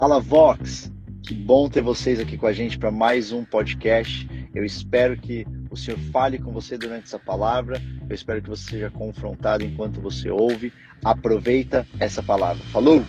Fala Vox, que bom ter vocês aqui com a gente para mais um podcast. Eu espero que o Senhor fale com você durante essa palavra. Eu espero que você seja confrontado enquanto você ouve. Aproveita essa palavra. Falou!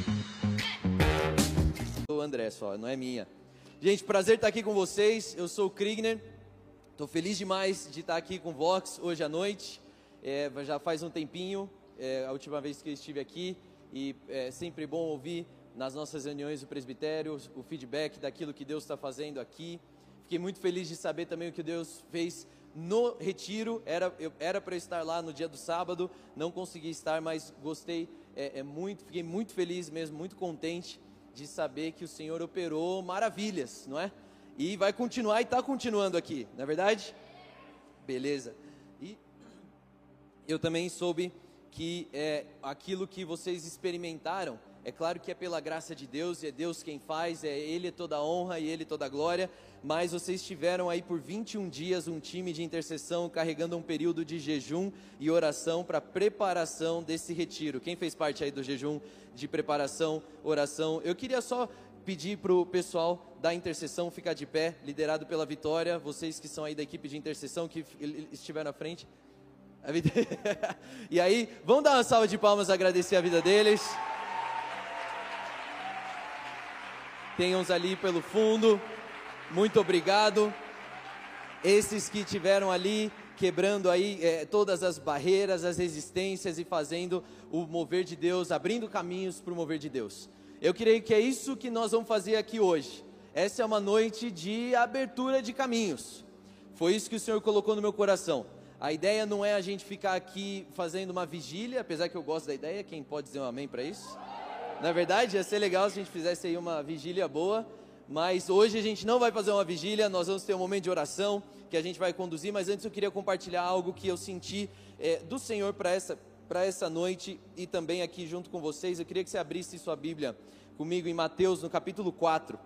O André só, não é minha. Gente, prazer estar aqui com vocês. Eu sou o Krigner. Estou feliz demais de estar aqui com o Vox hoje à noite. Já faz um tempinho, a última vez que eu estive aqui, e é sempre bom ouvir nas nossas reuniões do presbitério o feedback daquilo que Deus está fazendo aqui. Fiquei muito feliz de saber também o que Deus fez no retiro. Era para eu estar lá no dia do sábado, não consegui estar, mas gostei fiquei muito feliz mesmo, muito contente de saber que o Senhor operou maravilhas, não é? E vai continuar e está continuando aqui, não é verdade? Beleza. E eu também soube que aquilo que vocês experimentaram, é claro que é pela graça de Deus, e é Deus quem faz, Ele toda a honra e Ele toda a glória, mas vocês tiveram aí por 21 dias um time de intercessão carregando um período de jejum e oração para preparação desse retiro. Quem fez parte aí do jejum de preparação, oração? Eu queria só pedir para o pessoal da intercessão ficar de pé, liderado pela Vitória, vocês que são aí da equipe de intercessão, que estiveram à frente. E aí, vamos dar uma salva de palmas, agradecer a vida deles. Tem uns ali pelo fundo, muito obrigado. Esses que estiveram ali, quebrando aí todas as barreiras, as resistências e fazendo o mover de Deus, abrindo caminhos para o mover de Deus. Eu creio que é isso que nós vamos fazer aqui hoje. Essa é uma noite de abertura de caminhos. Foi isso que o Senhor colocou no meu coração. A ideia não é a gente ficar aqui fazendo uma vigília, apesar que eu gosto da ideia. Quem pode dizer um amém para isso? Na verdade, ia ser legal se a gente fizesse aí uma vigília boa, mas hoje a gente não vai fazer uma vigília, nós vamos ter um momento de oração que a gente vai conduzir, mas antes eu queria compartilhar algo que eu senti do Senhor para essa noite e também aqui junto com vocês. Eu queria que você abrisse sua Bíblia comigo em Mateus, no capítulo 4.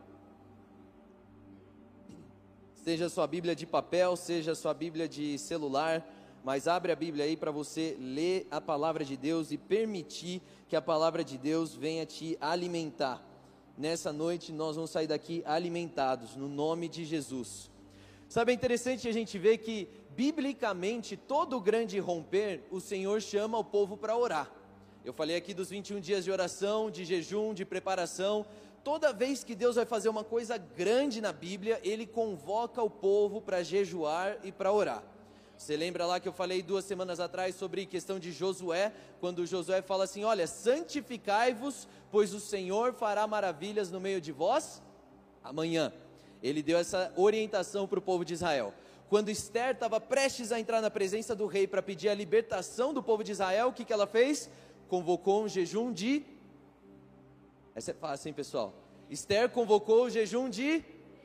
Seja a sua Bíblia de papel, seja a sua Bíblia de celular, mas abre a Bíblia aí para você ler a palavra de Deus e permitir que a palavra de Deus venha te alimentar. Nessa noite nós vamos sair daqui alimentados, no nome de Jesus. Sabe, é interessante a gente ver que, biblicamente, todo grande romper, o Senhor chama o povo para orar. Eu falei aqui dos 21 dias de oração, de jejum, de preparação. Toda vez que Deus vai fazer uma coisa grande na Bíblia, Ele convoca o povo para jejuar e para orar. Você lembra lá que eu falei 2 semanas atrás sobre questão de Josué, quando Josué fala assim, olha, santificai-vos, pois o Senhor fará maravilhas no meio de vós amanhã. Ele deu essa orientação para o povo de Israel. Quando Esther estava prestes a entrar na presença do rei para pedir a libertação do povo de Israel, o que ela fez? Convocou um jejum de... Essa é fácil, hein, pessoal? Esther convocou o jejum de...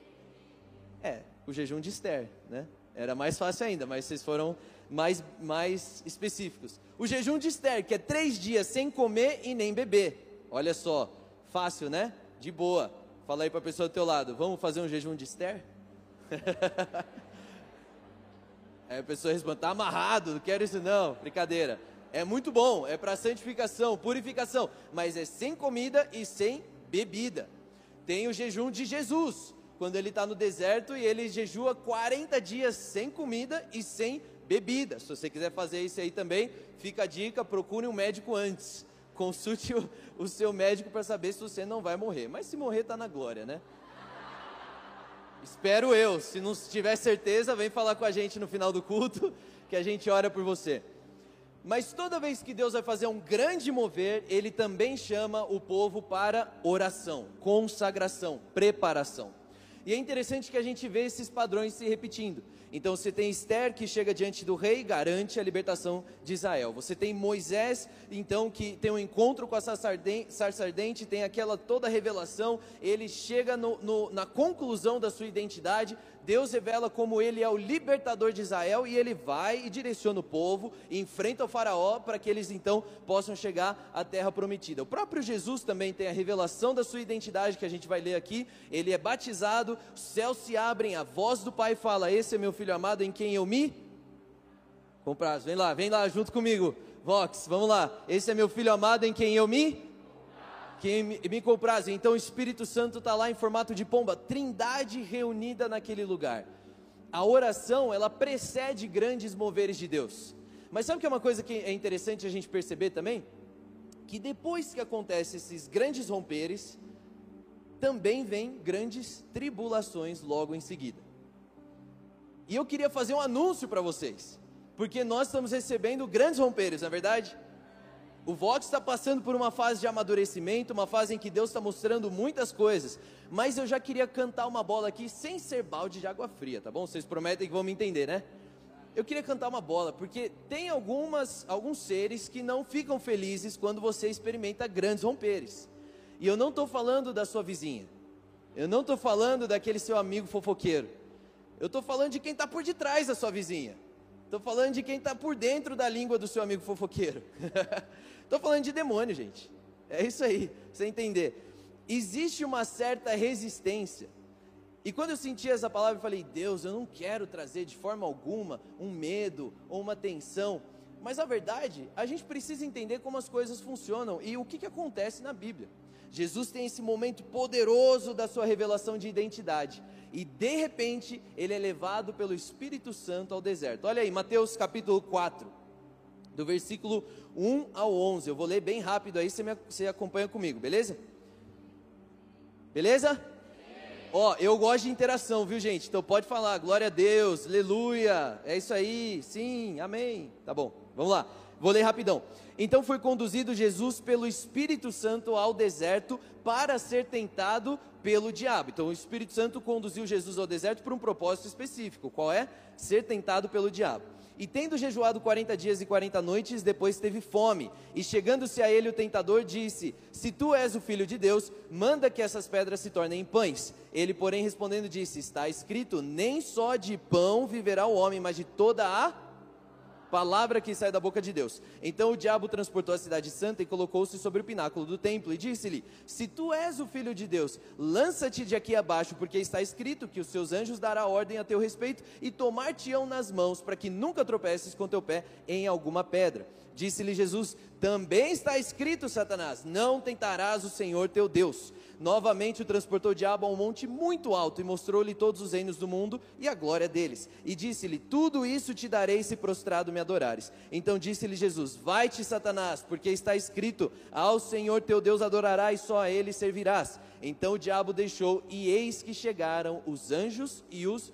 o jejum de Esther, né? Era mais fácil ainda, mas vocês foram mais específicos. O jejum de Esther, que é 3 dias sem comer e nem beber. Olha só, fácil, né? De boa. Fala aí para a pessoa do teu lado, vamos fazer um jejum de Esther? Aí a pessoa responde, tá amarrado, não quero isso não, brincadeira. É muito bom, é para santificação, purificação, mas é sem comida e sem bebida. Tem o jejum de Jesus, quando ele está no deserto e ele jejua 40 dias sem comida e sem bebida. Se você quiser fazer isso aí também, fica a dica, procure um médico antes. Consulte o seu médico para saber se você não vai morrer. Mas se morrer, está na glória, né? Espero eu. Se não tiver certeza, vem falar com a gente no final do culto, que a gente ora por você. Mas toda vez que Deus vai fazer um grande mover, Ele também chama o povo para oração, consagração, preparação. E é interessante que a gente vê esses padrões se repetindo. Então você tem Esther que chega diante do rei, garante a libertação de Israel. Você tem Moisés, então, que tem um encontro com a sarça ardente, tem aquela toda revelação, ele chega na conclusão da sua identidade. Deus revela como ele é o libertador de Israel e ele vai e direciona o povo, e enfrenta o faraó para que eles então possam chegar à terra prometida. O próprio Jesus também tem a revelação da sua identidade que a gente vai ler aqui. Ele é batizado, os céus se abrem, a voz do Pai fala, esse é meu filho amado em quem eu me comprazo. Vem lá junto comigo, Vox, vamos lá. Esse é meu filho amado em quem eu me Que me comprazem. Então o Espírito Santo está lá em formato de pomba, trindade reunida naquele lugar. A oração, ela precede grandes moveres de Deus. Mas sabe que é uma coisa que é interessante a gente perceber também? Que depois que acontecem esses grandes romperes, também vem grandes tribulações logo em seguida. E eu queria fazer um anúncio para vocês, porque nós estamos recebendo grandes romperes, não é verdade? O Vox está passando por uma fase de amadurecimento, uma fase em que Deus está mostrando muitas coisas, mas eu já queria cantar uma bola aqui sem ser balde de água fria, tá bom? Vocês prometem que vão me entender, né? Eu queria cantar uma bola, porque tem alguns seres que não ficam felizes quando você experimenta grandes romperes. E eu não estou falando da sua vizinha, eu não estou falando daquele seu amigo fofoqueiro, eu estou falando de quem está por detrás da sua vizinha, estou falando de quem está por dentro da língua do seu amigo fofoqueiro. Estou falando de demônio, gente. É isso aí, pra você entender. Existe uma certa resistência. E quando eu senti essa palavra, eu falei, Deus, eu não quero trazer de forma alguma um medo ou uma tensão. Mas a verdade, a gente precisa entender como as coisas funcionam e o que acontece na Bíblia. Jesus tem esse momento poderoso da sua revelação de identidade. E de repente, ele é levado pelo Espírito Santo ao deserto. Olha aí, Mateus capítulo 4. Do versículo 1 ao 11, eu vou ler bem rápido aí, você acompanha comigo, beleza? Beleza? Ó, eu gosto de interação, viu gente? Então pode falar, glória a Deus, aleluia, é isso aí, sim, amém. Tá bom, vamos lá, vou ler rapidão. Então foi conduzido Jesus pelo Espírito Santo ao deserto para ser tentado pelo diabo. Então o Espírito Santo conduziu Jesus ao deserto por um propósito específico, qual é? Ser tentado pelo diabo. E tendo jejuado 40 dias e 40 noites, depois teve fome. E chegando-se a ele o tentador disse, se tu és o Filho de Deus, manda que essas pedras se tornem em pães. Ele, porém, respondendo disse, está escrito, nem só de pão viverá o homem, mas de toda a palavra que sai da boca de Deus. Então o diabo transportou a cidade santa e colocou-se sobre o pináculo do templo e disse-lhe, se tu és o Filho de Deus, lança-te de aqui abaixo, porque está escrito que os seus anjos dará ordem a teu respeito e tomar-te-ão nas mãos, para que nunca tropeces com teu pé em alguma pedra. Disse-lhe Jesus, também está escrito, Satanás, não tentarás o Senhor teu Deus. Novamente o transportou o diabo a um monte muito alto e mostrou-lhe todos os reinos do mundo e a glória deles. E disse-lhe, tudo isso te darei se prostrado me adorares. Então disse-lhe Jesus, vai-te Satanás, porque está escrito, ao Senhor teu Deus adorarás e só a ele servirás. Então o diabo deixou e eis que chegaram os anjos e o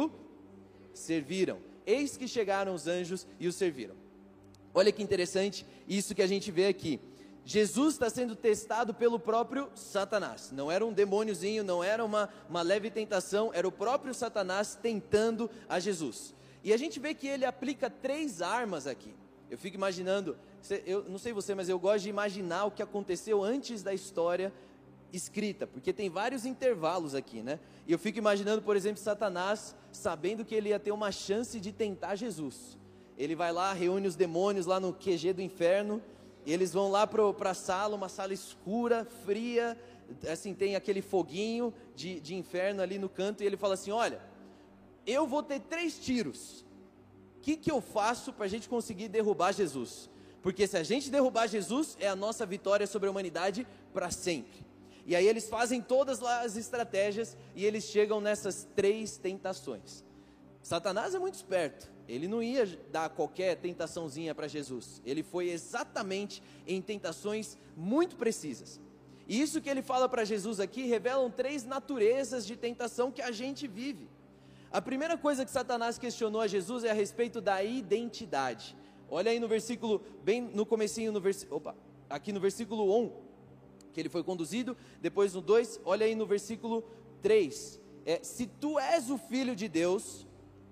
serviram. Eis que chegaram os anjos e o serviram. Olha que interessante isso que a gente vê aqui. Jesus está sendo testado pelo próprio Satanás. Não era um demôniozinho, não era uma leve tentação, era o próprio Satanás tentando a Jesus. E a gente vê que ele aplica 3 armas aqui. Eu fico imaginando, eu não sei você, mas eu gosto de imaginar o que aconteceu antes da história escrita, porque tem vários intervalos aqui, né? E eu fico imaginando, por exemplo, Satanás sabendo que ele ia ter uma chance de tentar Jesus. Ele vai lá, reúne os demônios lá no QG do inferno, e eles vão lá para a sala, uma sala escura, fria, assim, tem aquele foguinho de inferno ali no canto, e ele fala assim, olha, eu vou ter 3 tiros, o que eu faço para a gente conseguir derrubar Jesus? Porque se a gente derrubar Jesus, é a nossa vitória sobre a humanidade para sempre. E aí eles fazem todas as estratégias, e eles chegam nessas 3 tentações. Satanás é muito esperto, ele não ia dar qualquer tentaçãozinha para Jesus, ele foi exatamente em tentações muito precisas. E isso que ele fala para Jesus aqui, revelam 3 naturezas de tentação que a gente vive. A primeira coisa que Satanás questionou a Jesus é a respeito da identidade. Olha aí no versículo, bem no comecinho, aqui no versículo 1, que ele foi conduzido, depois no 2, olha aí no versículo 3, se tu és o Filho de Deus...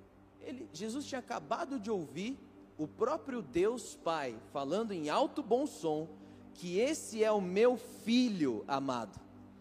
Jesus tinha acabado de ouvir o próprio Deus Pai falando em alto bom som que esse é o meu filho amado.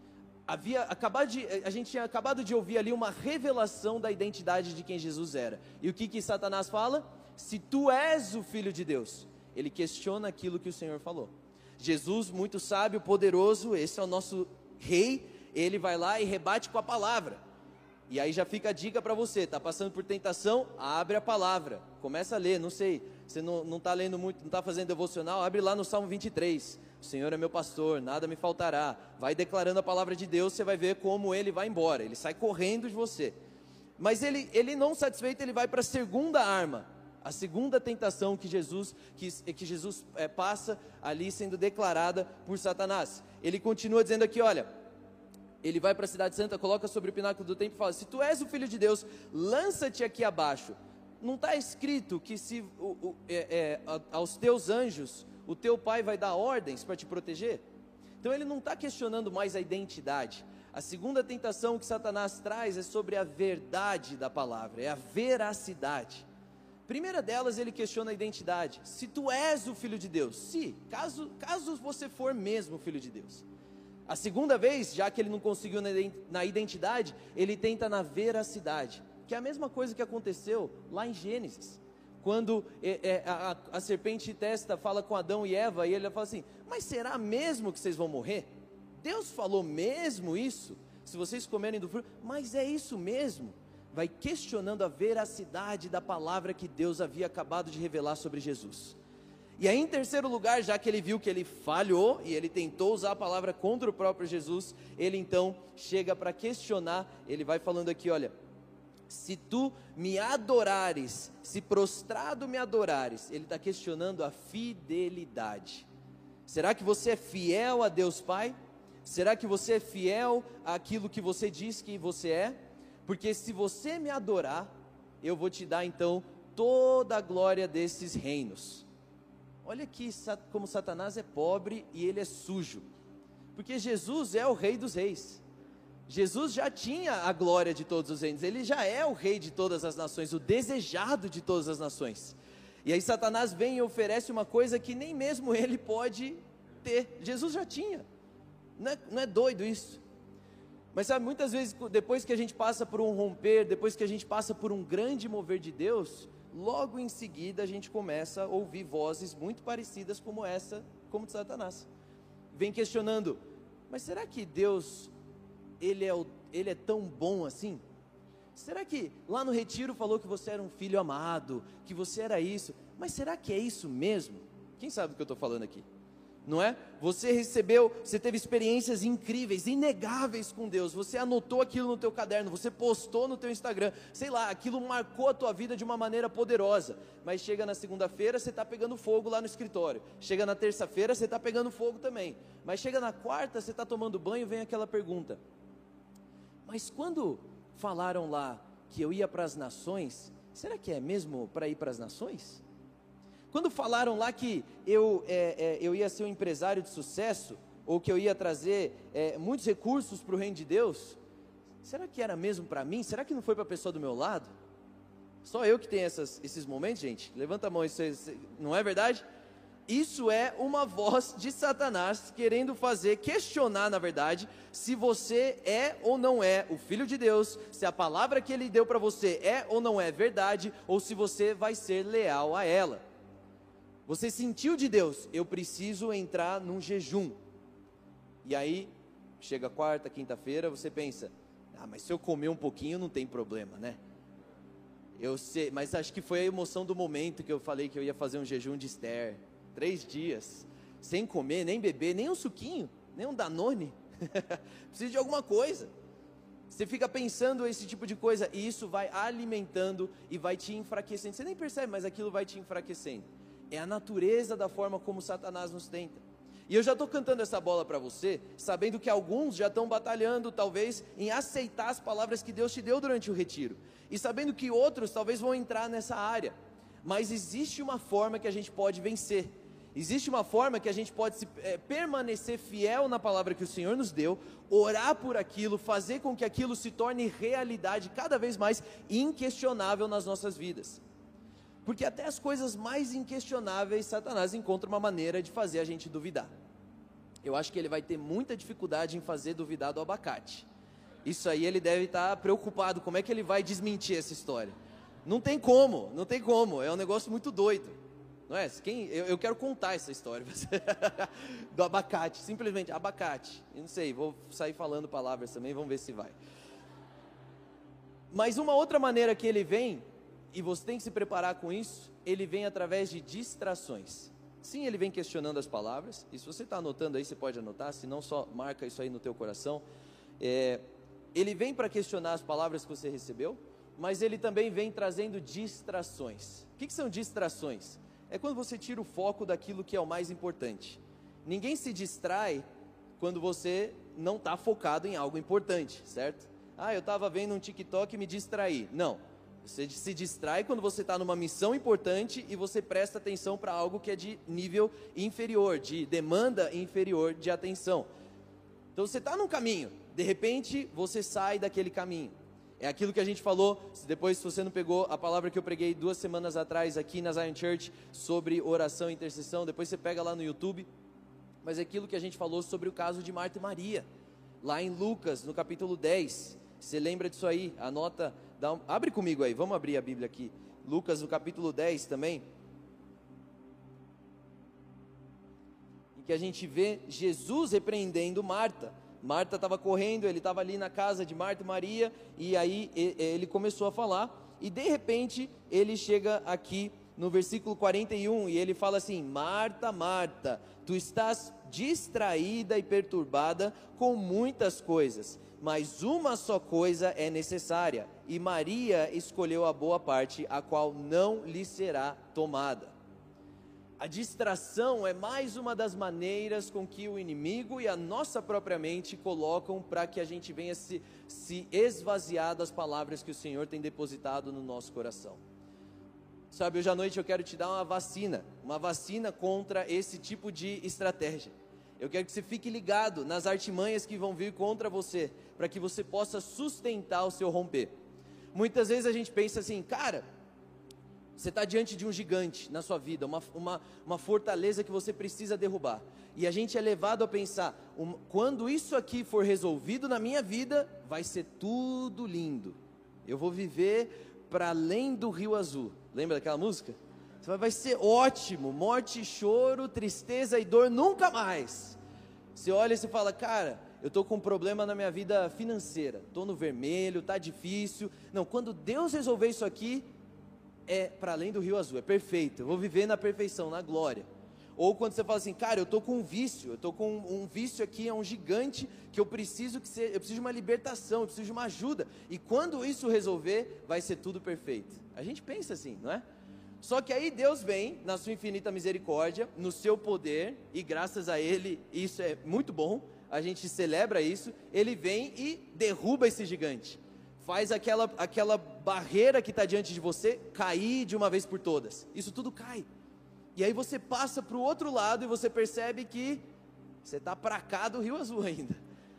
A gente tinha acabado de ouvir ali uma revelação da identidade de quem Jesus era. E o que Satanás fala? Se tu és o Filho de Deus. Ele questiona aquilo que o Senhor falou. Jesus, muito sábio, poderoso, esse é o nosso rei, ele vai lá e rebate com a palavra. E aí já fica a dica para você, está passando por tentação, abre a palavra, começa a ler, não sei, você não está lendo muito, não está fazendo devocional, abre lá no Salmo 23. O Senhor é meu pastor, nada me faltará. Vai declarando a palavra de Deus, você vai ver como ele vai embora, ele sai correndo de você. Mas ele não satisfeito, ele vai para a segunda arma, a segunda tentação que Jesus passa ali sendo declarada por Satanás. Ele continua dizendo aqui, olha, ele vai para a cidade santa, coloca sobre o pináculo do templo e fala: se tu és o filho de Deus, lança-te aqui abaixo. Não está escrito que aos teus anjos o teu pai vai dar ordens para te proteger? Então ele não está questionando mais a identidade. A segunda tentação que Satanás traz é sobre a verdade da palavra, é a veracidade. Primeira delas, ele questiona a identidade. Se tu és o filho de Deus, caso você for mesmo o filho de Deus. A segunda vez, já que ele não conseguiu na identidade, ele tenta na veracidade, que é a mesma coisa que aconteceu lá em Gênesis, quando a serpente fala com Adão e Eva, e ele fala assim: mas será mesmo que vocês vão morrer? Deus falou mesmo isso? Se vocês comerem do fruto, mas é isso mesmo? Vai questionando a veracidade da palavra que Deus havia acabado de revelar sobre Jesus. E aí, em terceiro lugar, já que ele viu que ele falhou e ele tentou usar a palavra contra o próprio Jesus, ele então chega para questionar. Ele vai falando aqui, olha: se tu me adorares, se prostrado me adorares. Ele está questionando a fidelidade. Será que você é fiel a Deus Pai? Será que você é fiel àquilo que você diz que você é? Porque se você me adorar, eu vou te dar então toda a glória desses reinos. Olha aqui como Satanás é pobre e ele é sujo, porque Jesus é o rei dos reis. Jesus já tinha a glória de todos os reinos, ele já é o rei de todas as nações, o desejado de todas as nações. E aí Satanás vem e oferece uma coisa que nem mesmo ele pode ter. Jesus já tinha. Não é doido isso? Mas sabe, muitas vezes depois que a gente passa por um romper, depois que a gente passa por um grande mover de Deus, logo em seguida a gente começa a ouvir vozes muito parecidas como essa, como de Satanás. Vem questionando: mas será que Deus, ele é tão bom assim? Será que lá no retiro falou que você era um filho amado, que você era isso, mas será que é isso mesmo? Quem sabe do que eu estou falando aqui? Não é? Você teve experiências incríveis, inegáveis com Deus, você anotou aquilo no teu caderno, você postou no teu Instagram, sei lá, aquilo marcou a tua vida de uma maneira poderosa, mas chega na segunda-feira, você está pegando fogo lá no escritório, chega na terça-feira, você está pegando fogo também, mas chega na quarta, você está tomando banho, vem aquela pergunta: mas quando falaram lá que eu ia para as nações, será que é mesmo para ir para as nações? Quando falaram lá que eu ia ser um empresário de sucesso, ou que eu ia trazer muitos recursos para o reino de Deus, será que era mesmo para mim? Será que não foi para a pessoa do meu lado? Só eu que tenho esses momentos, gente? Levanta a mão, não é verdade? Isso é uma voz de Satanás querendo questionar, na verdade, se você é ou não é o Filho de Deus, se a palavra que ele deu para você é ou não é verdade, ou se você vai ser leal a ela. Você sentiu de Deus: eu preciso entrar num jejum. E aí, chega quarta, quinta-feira, você pensa: mas se eu comer um pouquinho não tem problema, né? Eu sei, mas acho que foi a emoção do momento que eu falei que eu ia fazer um jejum de Esther. 3 dias, sem comer, nem beber, nem um suquinho, nem um Danone. Preciso de alguma coisa. Você fica pensando esse tipo de coisa, e isso vai alimentando e vai te enfraquecendo. Você nem percebe, mas aquilo vai te enfraquecendo. É a natureza da forma como Satanás nos tenta. E eu já estou cantando essa bola para você, sabendo que alguns já estão batalhando, talvez, em aceitar as palavras que Deus te deu durante o retiro. E sabendo que outros talvez vão entrar nessa área. Mas existe uma forma que a gente pode vencer. Existe uma forma que a gente pode permanecer fiel na palavra que o Senhor nos deu, orar por aquilo, fazer com que aquilo se torne realidade cada vez mais inquestionável nas nossas vidas. Porque até as coisas mais inquestionáveis, Satanás encontra uma maneira de fazer a gente duvidar. Eu acho que ele vai ter muita dificuldade em fazer duvidar do abacate. Isso aí ele deve estar preocupado, como é que ele vai desmentir essa história? Não tem como, é um negócio muito doido. Não é? Eu quero contar essa história do abacate, simplesmente abacate. Eu não sei, vou sair falando palavras também, vamos ver se vai. Mas uma outra maneira que ele vem e você tem que se preparar com isso, ele vem através de distrações. Sim, ele vem questionando as palavras, e se você está anotando aí, você pode anotar, se não, só marca isso aí no teu coração. Ele vem para questionar as palavras que você recebeu, mas ele também vem trazendo distrações. O que são distrações? É quando você tira o foco daquilo que é o mais importante. Ninguém se distrai quando você não está focado em algo importante, certo? Eu estava vendo um TikTok e me distraí. Não, você se distrai quando você está numa missão importante e você presta atenção para algo que é de nível inferior, de demanda inferior de atenção. Então você está num caminho, de repente você sai daquele caminho. É aquilo que a gente falou, depois se você não pegou a palavra que eu preguei 2 semanas atrás aqui na Zion Church sobre oração e intercessão, depois você pega lá no YouTube, mas é aquilo que a gente falou sobre o caso de Marta e Maria, lá em Lucas, no capítulo 10, você lembra disso aí? Anota, abre comigo aí, vamos abrir a Bíblia aqui, Lucas no capítulo 10 também, em que a gente vê Jesus repreendendo Marta. Marta estava correndo, ele estava ali na casa de Marta e Maria, e aí ele começou a falar, e de repente ele chega aqui no versículo 41, e ele fala assim: Marta, Marta, tu estás distraída e perturbada com muitas coisas, mas uma só coisa é necessária, e Maria escolheu a boa parte, a qual não lhe será tomada. A distração é mais uma das maneiras com que o inimigo e a nossa própria mente colocam para que a gente venha se esvaziar das palavras que o Senhor tem depositado no nosso coração. Sabe, hoje à noite eu quero te dar uma vacina contra esse tipo de estratégia. Eu quero que você fique ligado nas artimanhas que vão vir contra você, para que você possa sustentar o seu romper. Muitas vezes a gente pensa assim, cara, você está diante de um gigante na sua vida, uma fortaleza que você precisa derrubar. E a gente é levado a pensar, quando isso aqui for resolvido na minha vida, vai ser tudo lindo. Eu vou viver para além do Rio Azul. Lembra daquela música? Vai ser ótimo, morte, choro, tristeza e dor nunca mais. Você olha e você fala, cara, eu estou com um problema na minha vida financeira, estou no vermelho, está difícil. Não, quando Deus resolver isso aqui, é para além do Rio Azul, é perfeito, eu vou viver na perfeição, na glória. Ou quando você fala assim, cara, eu estou com um vício, eu estou com um vício aqui, é um gigante, que eu preciso de uma libertação, eu preciso de uma ajuda, e quando isso resolver, vai ser tudo perfeito. A gente pensa assim, não é? Só que aí Deus vem, na sua infinita misericórdia, no seu poder, e graças a Ele, isso é muito bom, a gente celebra isso, Ele vem e derruba esse gigante. Faz aquela barreira que está diante de você cair de uma vez por todas. Isso tudo cai. E aí você passa para o outro lado e você percebe que você está para cá do Rio Azul ainda.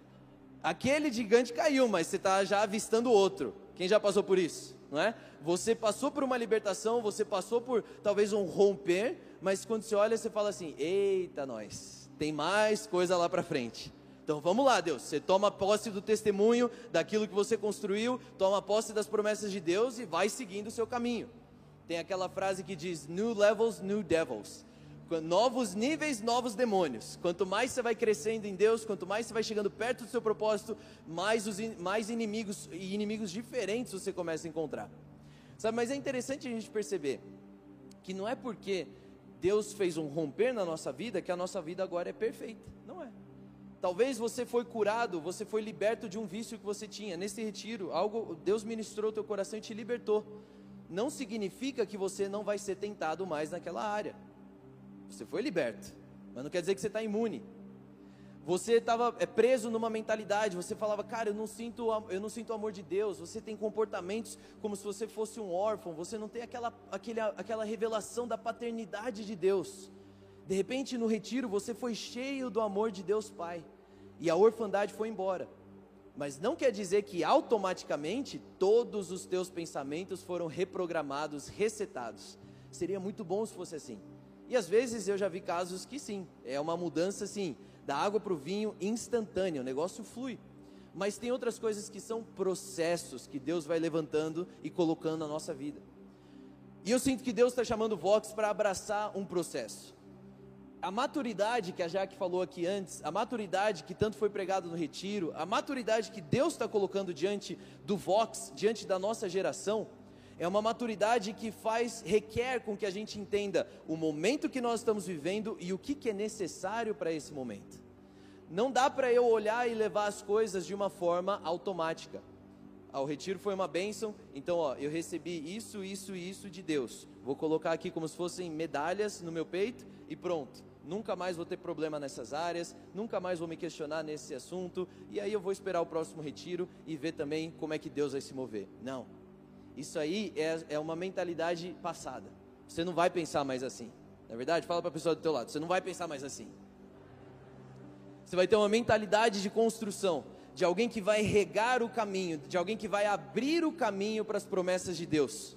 Aquele gigante caiu, mas você está já avistando outro. Quem já passou por isso? Não é? Você passou por uma libertação, você passou por talvez um romper, mas quando você olha você fala assim, eita nós, tem mais coisa lá para frente. Então vamos lá, Deus, você toma posse do testemunho, daquilo que você construiu, toma posse das promessas de Deus e vai seguindo o seu caminho. Tem aquela frase que diz, new levels, new devils. Novos níveis, novos demônios. Quanto mais você vai crescendo em Deus, quanto mais você vai chegando perto do seu propósito, mais inimigos e inimigos diferentes você começa a encontrar. Sabe, mas é interessante a gente perceber que não é porque Deus fez um romper na nossa vida que a nossa vida agora é perfeita. Não é. Talvez você foi curado, você foi liberto de um vício que você tinha. Nesse retiro, Deus ministrou o teu coração e te libertou. Não significa que você não vai ser tentado mais naquela área. Você foi liberto, mas não quer dizer que você está imune. Você estava preso numa mentalidade, você falava, cara, eu não sinto o amor de Deus. Você tem comportamentos como se você fosse um órfão, você não tem aquela revelação da paternidade de Deus. De repente no retiro você foi cheio do amor de Deus Pai, e a orfandade foi embora. Mas não quer dizer que automaticamente todos os teus pensamentos foram reprogramados, resetados. Seria muito bom se fosse assim. E às vezes eu já vi casos que sim, é uma mudança assim, da água para o vinho instantânea, o negócio flui. Mas tem outras coisas que são processos que Deus vai levantando e colocando na nossa vida. E eu sinto que Deus está chamando o Vox para abraçar um processo. A maturidade que a Jaque falou aqui antes, a maturidade que tanto foi pregado no retiro, a maturidade que Deus está colocando diante do Vox, diante da nossa geração, É uma maturidade que requer com que a gente entenda o momento que nós estamos vivendo e o que é necessário para esse momento. Não dá para eu olhar e levar as coisas de uma forma automática. O retiro foi uma bênção, então eu recebi isso de Deus. Vou colocar aqui como se fossem medalhas no meu peito e pronto. Nunca mais vou ter problema nessas áreas, nunca mais vou me questionar nesse assunto, e aí eu vou esperar o próximo retiro e ver também como é que Deus vai se mover. Não, isso aí é uma mentalidade passada. Você não vai pensar mais assim. Na verdade, fala para a pessoa do teu lado, você não vai pensar mais assim. Você vai ter uma mentalidade de construção, de alguém que vai regar o caminho, de alguém que vai abrir o caminho para as promessas de Deus.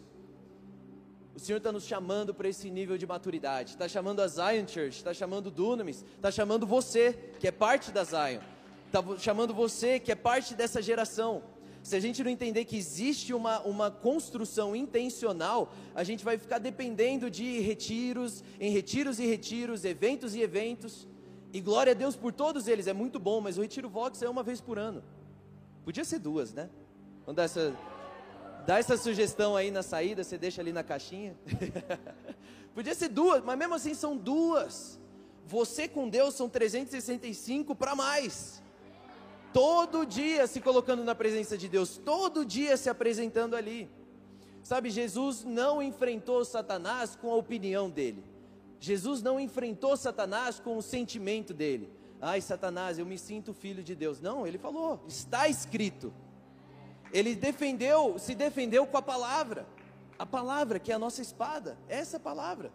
O Senhor está nos chamando para esse nível de maturidade, está chamando a Zion Church, está chamando o Dunamis, está chamando você, que é parte da Zion, está chamando você, que é parte dessa geração. Se a gente não entender que existe uma construção intencional, a gente vai ficar dependendo de retiros, em retiros e retiros, eventos e eventos, e glória a Deus por todos eles, é muito bom, mas o Retiro Vox é uma vez por ano. Podia ser duas, né? Vamos dá essa sugestão aí na saída, você deixa ali na caixinha. Podia ser duas, mas mesmo assim são duas. Você com Deus são 365 para mais. Todo dia se colocando na presença de Deus, todo dia se apresentando ali. Sabe, Jesus não enfrentou Satanás com a opinião dele. Jesus não enfrentou Satanás com o sentimento dele. Ai, Satanás, eu me sinto filho de Deus. Não, ele falou, está escrito. Ele se defendeu com a palavra que é a nossa espada, essa palavra.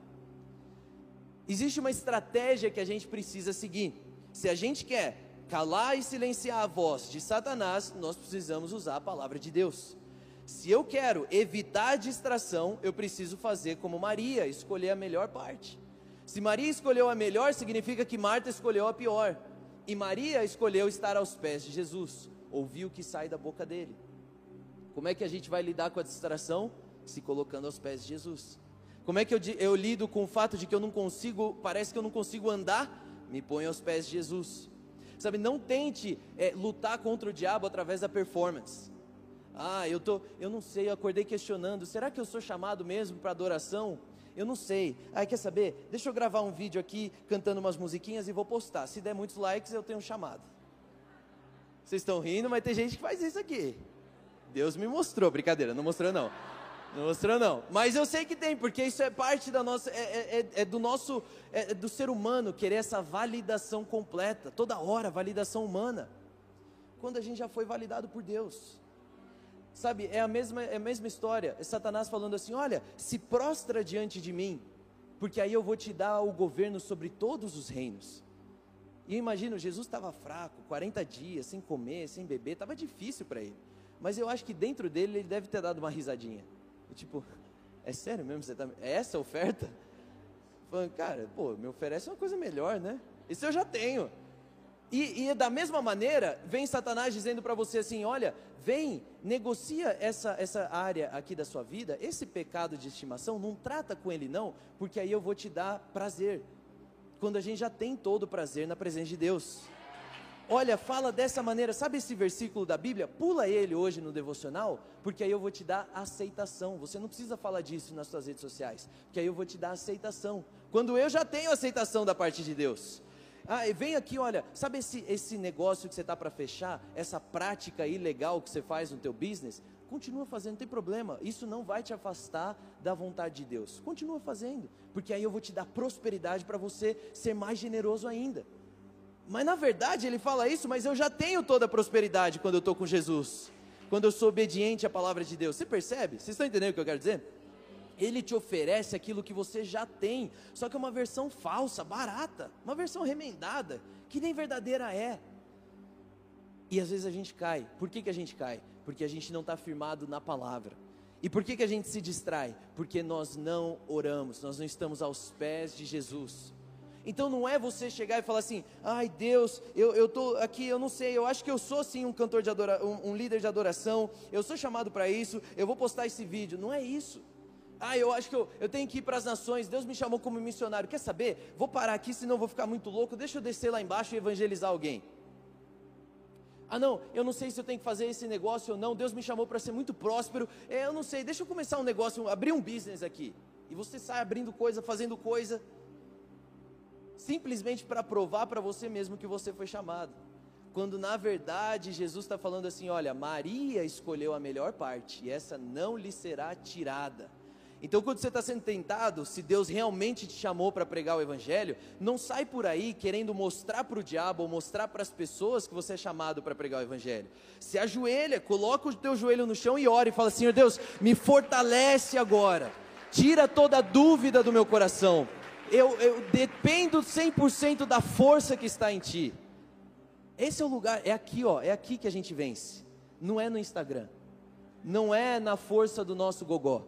Existe uma estratégia que a gente precisa seguir. Se a gente quer calar e silenciar a voz de Satanás, nós precisamos usar a palavra de Deus. Se eu quero evitar a distração, eu preciso fazer como Maria, escolher a melhor parte. Se Maria escolheu a melhor, significa que Marta escolheu a pior. E Maria escolheu estar aos pés de Jesus, ouvir o que sai da boca dele. Como é que a gente vai lidar com a distração? Se colocando aos pés de Jesus. Como é que eu lido com o fato de que parece que eu não consigo andar? Me ponho aos pés de Jesus. Sabe, não tente lutar contra o diabo através da performance. Eu não sei, eu acordei questionando, será que eu sou chamado mesmo para adoração? Eu não sei. Quer saber? Deixa eu gravar um vídeo aqui, cantando umas musiquinhas e vou postar. Se der muitos likes, eu tenho um chamado. Vocês estão rindo, mas tem gente que faz isso aqui. Deus me mostrou, brincadeira, não mostrou não. Não mostrou não. Mas eu sei que tem, porque isso é parte da nossa, do ser humano, querer essa validação completa, toda hora, validação humana. Quando a gente já foi validado por Deus. Sabe, é a mesma história, é Satanás falando assim, olha, se prostra diante de mim, porque aí eu vou te dar o governo sobre todos os reinos. E eu imagino, Jesus estava fraco, 40 dias, sem comer, sem beber, estava difícil para ele. Mas eu acho que dentro dele, ele deve ter dado uma risadinha. Tipo, é sério mesmo? É essa a oferta? Falando, cara, me oferece uma coisa melhor, né? Isso eu já tenho. E da mesma maneira, vem Satanás dizendo para você assim, olha, vem, negocia essa área aqui da sua vida, esse pecado de estimação, não trata com ele não, porque aí eu vou te dar prazer, quando a gente já tem todo o prazer na presença de Deus. Olha, fala dessa maneira, sabe esse versículo da Bíblia? Pula ele hoje no devocional, porque aí eu vou te dar aceitação. Você não precisa falar disso nas suas redes sociais, porque aí eu vou te dar aceitação, quando eu já tenho aceitação da parte de Deus. Vem aqui, olha, sabe esse negócio que você está para fechar, essa prática ilegal que você faz no teu business? Continua fazendo, não tem problema, isso não vai te afastar da vontade de Deus, continua fazendo, porque aí eu vou te dar prosperidade para você ser mais generoso ainda. Mas na verdade ele fala isso, mas eu já tenho toda a prosperidade quando eu estou com Jesus, quando eu sou obediente à palavra de Deus. Você percebe? Vocês estão entendendo o que eu quero dizer? Ele te oferece aquilo que você já tem, só que é uma versão falsa, barata, uma versão remendada, que nem verdadeira é. E às vezes a gente cai. Por que a gente cai? Porque a gente não está firmado na palavra. E por que a gente se distrai? Porque nós não oramos, nós não estamos aos pés de Jesus. Então não é você chegar e falar assim, ai Deus, eu estou aqui, eu não sei, eu acho que eu sou sim um cantor de adoração, um líder de adoração, eu sou chamado para isso, eu vou postar esse vídeo. Não é isso. Eu acho que eu tenho que ir para as nações, Deus me chamou como missionário, quer saber? Vou parar aqui, senão vou ficar muito louco, deixa eu descer lá embaixo e evangelizar alguém. Ah não, eu não sei se eu tenho que fazer esse negócio ou não, Deus me chamou para ser muito próspero, eu não sei, deixa eu começar um negócio, abrir um business aqui. E você sai abrindo coisa, fazendo coisa, simplesmente para provar para você mesmo que você foi chamado. Quando na verdade Jesus está falando assim, olha, Maria escolheu a melhor parte, e essa não lhe será tirada. Então quando você está sendo tentado, se Deus realmente te chamou para pregar o Evangelho, não sai por aí querendo mostrar para o diabo, ou mostrar para as pessoas que você é chamado para pregar o Evangelho. Se ajoelha, coloca o teu joelho no chão e ora e fala, Senhor Deus, me fortalece agora, tira toda a dúvida do meu coração, eu dependo 100% da força que está em Ti. Esse é o lugar, é aqui ó, é aqui que a gente vence, não é no Instagram, não é na força do nosso gogó.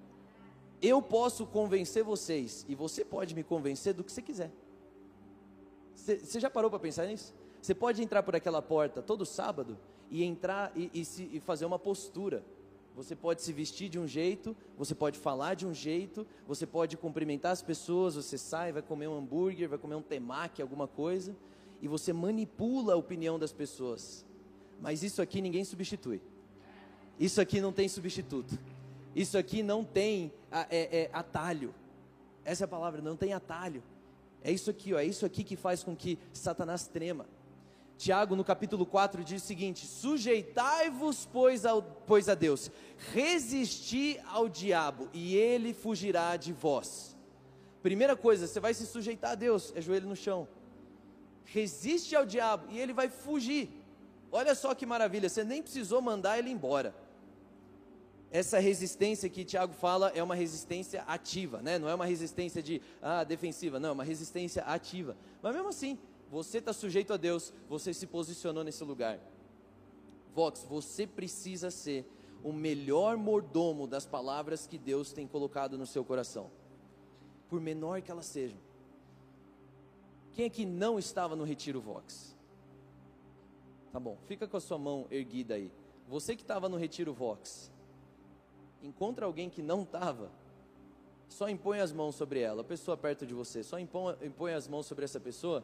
Eu posso convencer vocês, e você pode me convencer do que você quiser. Você já parou para pensar nisso? Você pode entrar por aquela porta todo sábado, e entrar e fazer uma postura. Você pode se vestir de um jeito, você pode falar de um jeito, você pode cumprimentar as pessoas, você sai, vai comer um hambúrguer, vai comer um temaki, alguma coisa, e você manipula a opinião das pessoas. Mas isso aqui ninguém substitui. Isso aqui não tem substituto. Isso aqui não tem atalho. Essa é a palavra, não tem atalho. É isso aqui, ó, é isso aqui que faz com que Satanás trema. Tiago no capítulo 4 diz o seguinte: sujeitai-vos pois a Deus, resisti ao diabo e ele fugirá de vós. Primeira coisa, você vai se sujeitar a Deus, é joelho no chão. Resiste ao diabo e ele vai fugir. Olha só que maravilha, você nem precisou mandar ele embora. Essa resistência que Tiago fala é uma resistência ativa, né? Não é uma resistência defensiva, não, é uma resistência ativa. Mas mesmo assim, você está sujeito a Deus, você se posicionou nesse lugar. Vox, você precisa ser o melhor mordomo das palavras que Deus tem colocado no seu coração, por menor que elas sejam. Quem aqui não estava no Retiro Vox? Tá bom, fica com a sua mão erguida aí. Você que estava no Retiro Vox, encontra alguém que não estava, só impõe as mãos sobre ela, a pessoa perto de você, só impõe as mãos sobre essa pessoa,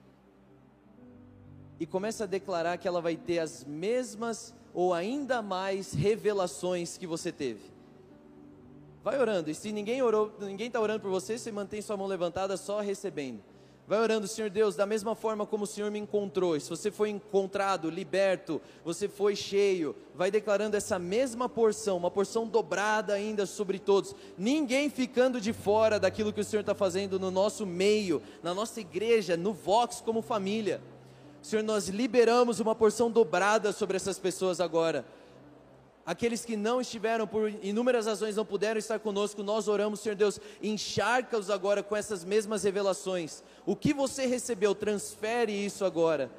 e começa a declarar que ela vai ter as mesmas, ou ainda mais, revelações que você teve. Vai orando, e se ninguém está orando por você, você mantém sua mão levantada, só recebendo. Vai orando, Senhor Deus, da mesma forma como o Senhor me encontrou. E se você foi encontrado, liberto, você foi cheio, vai declarando essa mesma porção, uma porção dobrada ainda sobre todos. Ninguém ficando de fora daquilo que o Senhor está fazendo no nosso meio, na nossa igreja, no Vox como família. Senhor, nós liberamos uma porção dobrada sobre essas pessoas agora. Aqueles que não estiveram, por inúmeras razões não puderam estar conosco, nós oramos, Senhor Deus, encharca-os agora com essas mesmas revelações. O que você recebeu, transfere isso agora.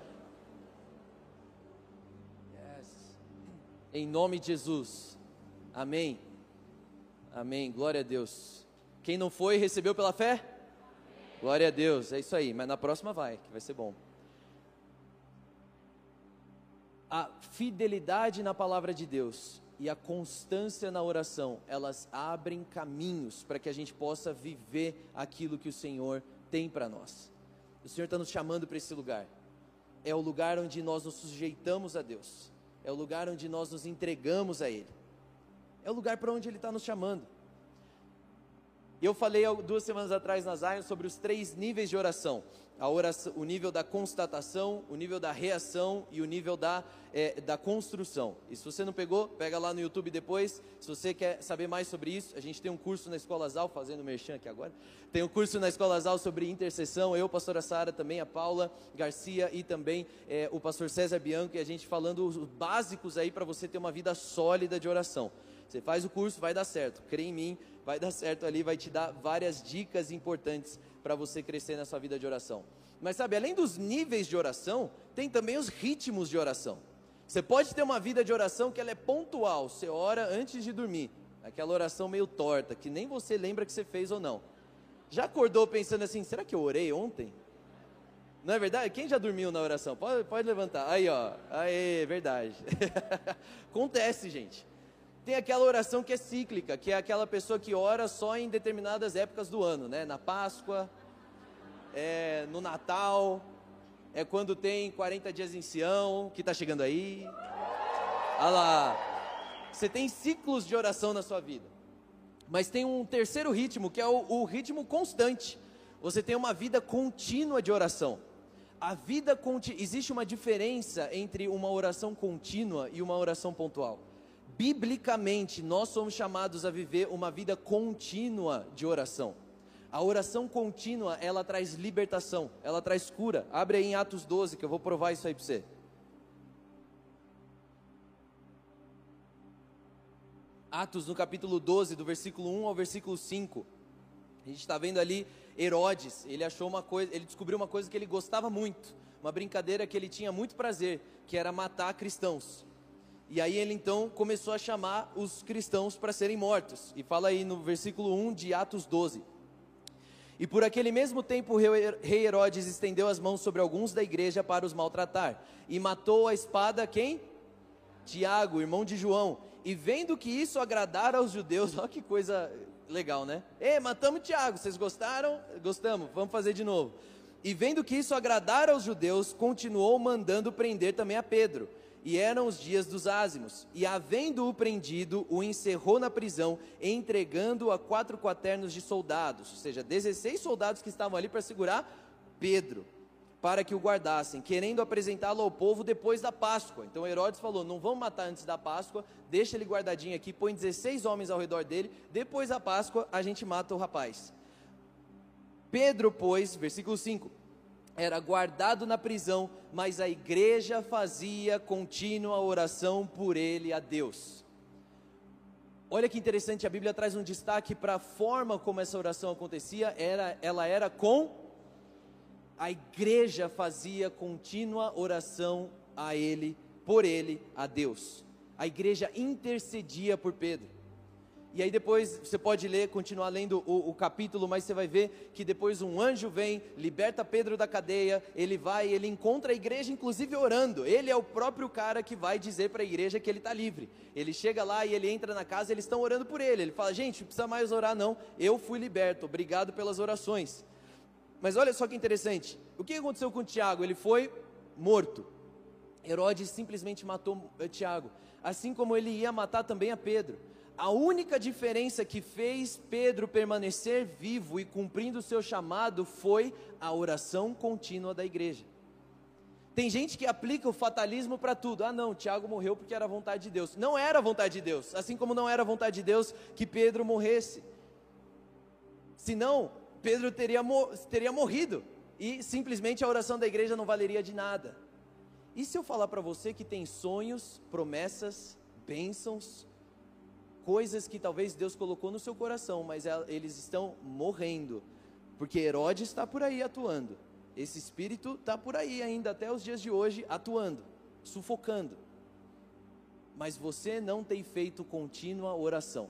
Yes. Em nome de Jesus. Amém. Amém, glória a Deus. Quem não foi, recebeu pela fé? Amém. Glória a Deus, é isso aí, mas na próxima vai, que vai ser bom. A fidelidade na palavra de Deus e a constância na oração, elas abrem caminhos para que a gente possa viver aquilo que o Senhor tem para nós. O Senhor está nos chamando para esse lugar. É o lugar onde nós nos sujeitamos a Deus. É o lugar onde nós nos entregamos a Ele. É o lugar para onde Ele está nos chamando. Eu falei 2 semanas atrás na Zion sobre os 3 níveis de oração. A oração, o nível da constatação, o nível da reação e o nível da construção. E se você não pegou, pega lá no YouTube depois. Se você quer saber mais sobre isso, a gente tem um curso na Escola Zal, fazendo merchan aqui agora. Tem um curso na Escola Zal sobre intercessão. Eu, pastora Sara, também a Paula Garcia e também o pastor César Bianco. E a gente falando os básicos aí para você ter uma vida sólida de oração. Você faz o curso, vai dar certo. Crê em mim, vai dar certo ali, vai te dar várias dicas importantes para você crescer na sua vida de oração. Mas sabe, além dos níveis de oração, tem também os ritmos de oração. Você pode ter uma vida de oração que ela é pontual, você ora antes de dormir, aquela oração meio torta, que nem você lembra que você fez ou não. Já acordou pensando assim, será que eu orei ontem? Não é verdade? Quem já dormiu na oração? Pode levantar, aí ó, aí, verdade. Acontece, gente. Tem aquela oração que é cíclica, que é aquela pessoa que ora só em determinadas épocas do ano, né? Na Páscoa, no Natal. É quando tem 40 dias em Sião, que está chegando aí. Olha lá. Você tem ciclos de oração na sua vida. Mas tem um terceiro ritmo, que é o ritmo constante. Você tem uma vida contínua de oração. Existe uma diferença entre uma oração contínua e uma oração pontual. Biblicamente, nós somos chamados a viver uma vida contínua de oração. A oração contínua, ela traz libertação, ela traz cura. Abre aí em Atos 12, que eu vou provar isso aí para você. Atos, no capítulo 12, do versículo 1 ao versículo 5. A gente está vendo ali Herodes, ele descobriu uma coisa que ele gostava muito, uma brincadeira que ele tinha muito prazer, que era matar cristãos. E aí ele então começou a chamar os cristãos para serem mortos. E fala aí no versículo 1 de Atos 12. E por aquele mesmo tempo o rei Herodes estendeu as mãos sobre alguns da igreja para os maltratar. E matou a espada quem? Tiago, irmão de João. E vendo que isso agradara aos judeus, olha que coisa legal, né? Matamos Tiago, vocês gostaram? Gostamos, vamos fazer de novo. E vendo que isso agradara aos judeus, continuou mandando prender também a Pedro. E eram os dias dos ázimos. E havendo-o prendido, o encerrou na prisão, entregando-o a 4 quaternos de soldados, ou seja, 16 soldados que estavam ali para segurar Pedro, para que o guardassem, querendo apresentá-lo ao povo depois da Páscoa. Então Herodes falou, não vamos matar antes da Páscoa, deixa ele guardadinho aqui, põe 16 homens ao redor dele, depois da Páscoa a gente mata o rapaz. Pedro, pois, versículo 5, era guardado na prisão, mas a igreja fazia contínua oração por ele a Deus. Olha que interessante, a Bíblia traz um destaque para a forma como essa oração acontecia, ela era com... A igreja fazia contínua oração a ele, por ele, a Deus. A igreja intercedia por Pedro. E aí depois você pode ler, continuar lendo o capítulo, mas você vai ver que depois um anjo vem, liberta Pedro da cadeia, ele encontra a igreja inclusive orando. Ele é o próprio cara que vai dizer para a igreja que ele está livre. Ele chega lá e ele entra na casa, eles estão orando por ele. Ele fala, gente, não precisa mais orar não, eu fui liberto, obrigado pelas orações. Mas olha só que interessante, o que aconteceu com Tiago? Ele foi morto. Herodes simplesmente matou Tiago, assim como ele ia matar também a Pedro. A única diferença que fez Pedro permanecer vivo e cumprindo o seu chamado foi a oração contínua da igreja. Tem gente que aplica o fatalismo para tudo. Ah não, Tiago morreu porque era vontade de Deus. Não era vontade de Deus, assim como não era vontade de Deus que Pedro morresse. Senão, Pedro teria morrido e simplesmente a oração da igreja não valeria de nada. E se eu falar para você que tem sonhos, promessas, bênçãos, coisas que talvez Deus colocou no seu coração, mas eles estão morrendo, porque Herodes está por aí atuando, esse espírito está por aí ainda até os dias de hoje atuando, sufocando, mas você não tem feito contínua oração.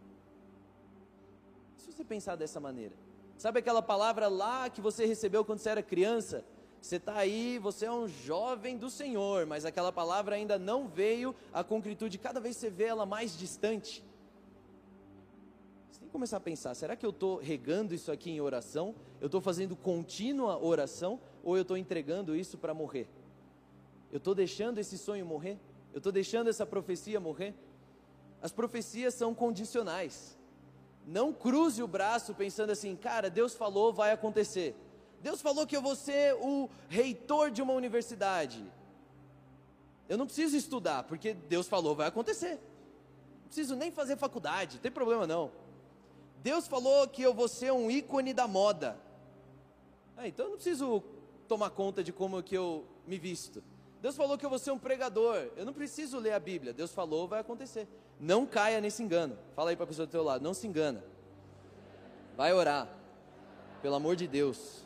Se você pensar dessa maneira, sabe aquela palavra lá que você recebeu quando você era criança? Você está aí, você é um jovem do Senhor, mas aquela palavra ainda não veio à concretude, cada vez você vê ela mais distante. Você tem que começar a pensar, será que eu estou regando isso aqui em oração? Eu estou fazendo contínua oração? Ou eu estou entregando isso para morrer? Eu estou deixando esse sonho morrer? Eu estou deixando essa profecia morrer? As profecias são condicionais. Não cruze o braço pensando assim, cara, Deus falou, vai acontecer. Deus falou que eu vou ser o reitor de uma universidade. Eu não preciso estudar, porque Deus falou, vai acontecer. Não preciso nem fazer faculdade, não tem problema não. Deus falou que eu vou ser um ícone da moda. Então eu não preciso tomar conta de como que eu me visto. Deus falou que eu vou ser um pregador. Eu não preciso ler a Bíblia. Deus falou, vai acontecer. Não caia nesse engano. Fala aí para a pessoa do teu lado, não se engana. Vai orar. Pelo amor de Deus.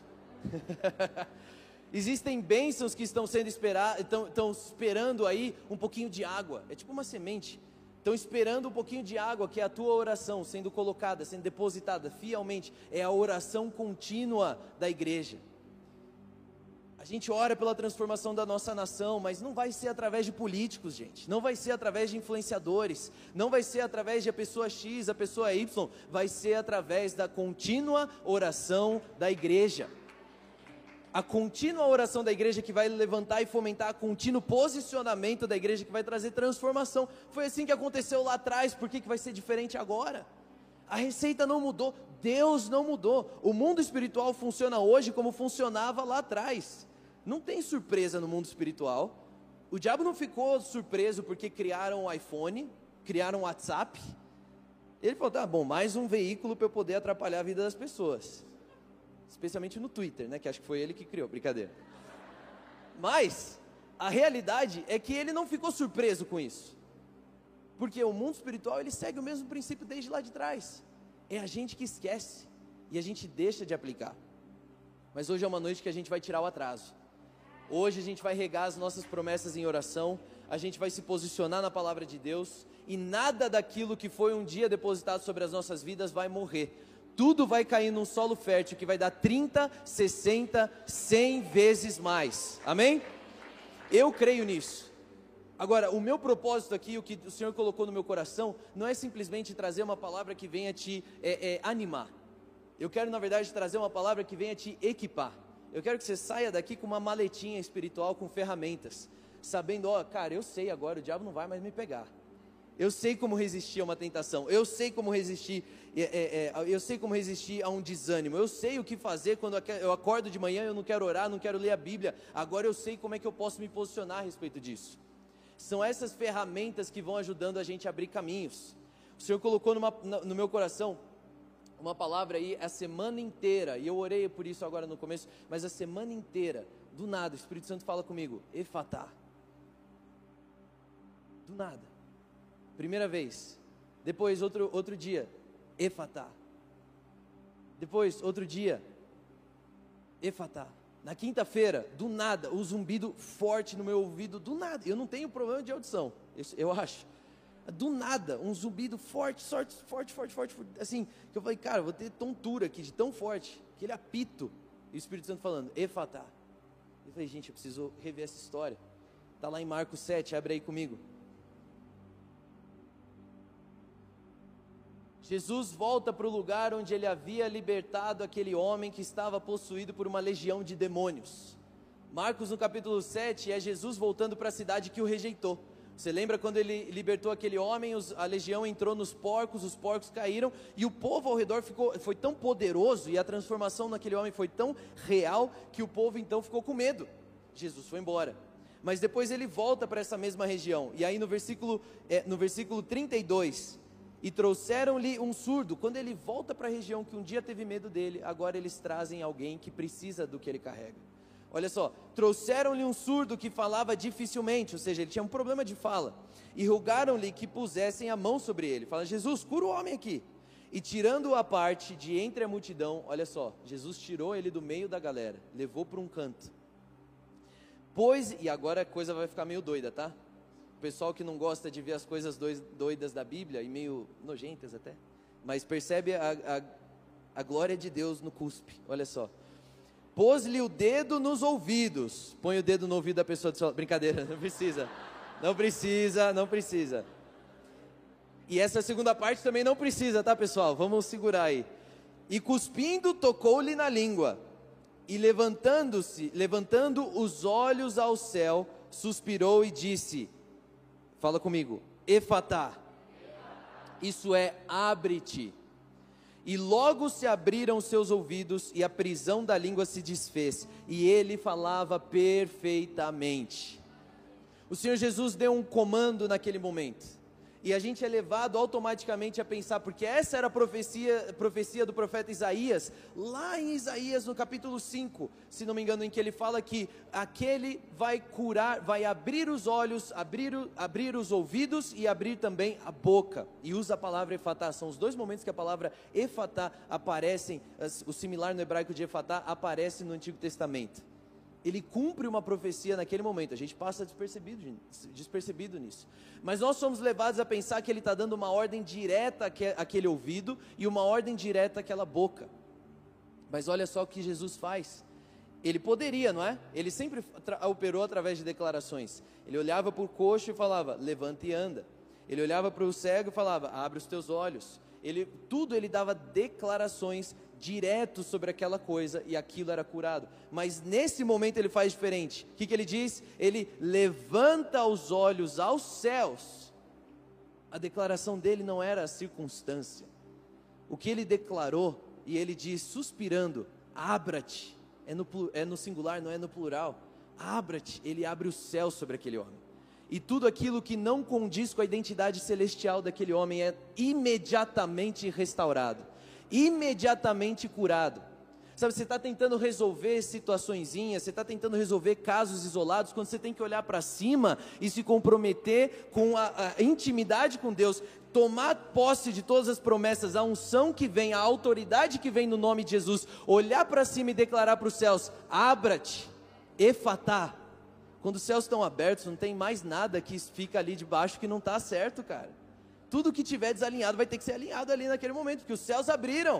Existem bênçãos que estão sendo estão esperando aí um pouquinho de água. É tipo uma semente. Estão esperando um pouquinho de água, que é a tua oração sendo colocada, sendo depositada fielmente. É a oração contínua da igreja. A gente ora pela transformação da nossa nação, mas não vai ser através de políticos, gente. Não vai ser através de influenciadores. Não vai ser através de a pessoa X, a pessoa Y. Vai ser através da contínua oração da igreja. a contínua oração da igreja que vai levantar e fomentar o contínuo posicionamento da igreja que vai trazer transformação. Foi assim que aconteceu lá atrás, por que vai ser diferente agora? A receita não mudou, Deus não mudou. O mundo espiritual funciona hoje como funcionava lá atrás. Não tem surpresa no mundo espiritual. O diabo não ficou surpreso porque criaram o iPhone, criaram o WhatsApp. Ele falou, tá bom, mais um veículo para eu poder atrapalhar a vida das pessoas. Especialmente no Twitter, né, que acho que foi ele que criou, brincadeira. Mas a realidade é que ele não ficou surpreso com isso. Porque o mundo espiritual, ele segue o mesmo princípio desde lá de trás. É a gente que esquece e a gente deixa de aplicar. Mas hoje é uma noite que a gente vai tirar o atraso. Hoje a gente vai regar as nossas promessas em oração, a gente vai se posicionar na palavra de Deus, e nada daquilo que foi um dia depositado sobre as nossas vidas vai morrer. Tudo vai cair num solo fértil que vai dar 30, 60, 100 vezes mais. Amém? Eu creio nisso. Agora, o meu propósito aqui, o que o Senhor colocou no meu coração, não é simplesmente trazer uma palavra que venha te animar. Eu quero, na verdade, trazer uma palavra que venha te equipar. Eu quero que você saia daqui com uma maletinha espiritual com ferramentas, sabendo, cara, eu sei agora, o diabo não vai mais me pegar. Eu sei como resistir a uma tentação, eu sei como resistir, a um desânimo, eu sei o que fazer quando eu acordo de manhã, eu não quero orar, não quero ler a Bíblia, agora eu sei como é que eu posso me posicionar a respeito disso. São essas ferramentas que vão ajudando a gente a abrir caminhos. O Senhor colocou no meu coração uma palavra aí a semana inteira, e eu orei por isso agora no começo, mas a semana inteira, do nada, o Espírito Santo fala comigo, Efatá. Do nada. Primeira vez, depois outro dia, Efatá. Depois, outro dia, Efatá. Na quinta-feira, do nada, o zumbido forte no meu ouvido, do nada. Eu não tenho problema de audição, eu acho. Do nada, um zumbido forte, assim, que eu falei, cara, vou ter tontura aqui, de tão forte, aquele apito. E o Espírito Santo falando, Efatá. Eu falei, gente, eu preciso rever essa história. Está lá em Marcos 7, abre aí comigo. Jesus volta para o lugar onde ele havia libertado aquele homem que estava possuído por uma legião de demônios. Marcos no capítulo 7 é Jesus voltando para a cidade que o rejeitou. Você lembra quando ele libertou aquele homem, a legião entrou nos porcos, os porcos caíram e o povo ao redor foi tão poderoso e a transformação naquele homem foi tão real que o povo então ficou com medo. Jesus foi embora. Mas depois ele volta para essa mesma região e aí no versículo 32... E trouxeram-lhe um surdo. Quando ele volta para a região que um dia teve medo dele, agora eles trazem alguém que precisa do que ele carrega. Olha só, trouxeram-lhe um surdo que falava dificilmente, ou seja, ele tinha um problema de fala. E rogaram-lhe que pusessem a mão sobre ele. Fala, Jesus, cura o homem aqui. E tirando-o à parte de entre a multidão, olha só, Jesus tirou ele do meio da galera, levou para um canto. E agora a coisa vai ficar meio doida, tá? O pessoal que não gosta de ver as coisas doidas da Bíblia, e meio nojentas até, mas percebe a glória de Deus no cuspe, olha só. Pôs-lhe o dedo nos ouvidos, põe o dedo no ouvido da pessoa do seu lado, brincadeira, não precisa. E essa segunda parte também não precisa, tá pessoal, vamos segurar aí. E cuspindo, tocou-lhe na língua, e levantando os olhos ao céu, suspirou e disse... Fala comigo, Efatá. Isso é, abre-te. E logo se abriram seus ouvidos e a prisão da língua se desfez. E ele falava perfeitamente. O Senhor Jesus deu um comando naquele momento. E a gente é levado automaticamente a pensar, porque essa era a profecia do profeta Isaías, lá em Isaías no capítulo 5, se não me engano, em que ele fala que aquele vai curar, vai abrir os olhos, abrir os ouvidos e abrir também a boca, e usa a palavra Efatá. São os dois momentos que a palavra Efatá aparecem, o similar no hebraico de Efatá aparece no Antigo Testamento. Ele cumpre uma profecia naquele momento, a gente passa despercebido nisso, mas nós somos levados a pensar que ele está dando uma ordem direta àquele ouvido, e uma ordem direta àquela boca. Mas olha só o que Jesus faz, ele poderia, não é? Ele sempre operou através de declarações, ele olhava para o coxo e falava, levanta e anda, ele olhava para o cego e falava, abre os teus olhos, ele dava declarações direto sobre aquela coisa e aquilo era curado. Mas nesse momento ele faz diferente. O que ele diz? Ele levanta os olhos aos céus. A declaração dele não era a circunstância. O que ele declarou, e ele diz suspirando, abra-te, é no singular, não é no plural, abra-te, ele abre o céu sobre aquele homem, e tudo aquilo que não condiz com a identidade celestial daquele homem é imediatamente restaurado, imediatamente curado. Sabe, você está tentando resolver situaçõezinhas, você está tentando resolver casos isolados, quando você tem que olhar para cima e se comprometer com a intimidade com Deus, tomar posse de todas as promessas, a unção que vem, a autoridade que vem no nome de Jesus, olhar para cima e declarar para os céus, abra-te, efatá. Quando os céus estão abertos, não tem mais nada que fica ali debaixo que não está certo, cara. Tudo que tiver desalinhado vai ter que ser alinhado ali naquele momento, porque os céus abriram.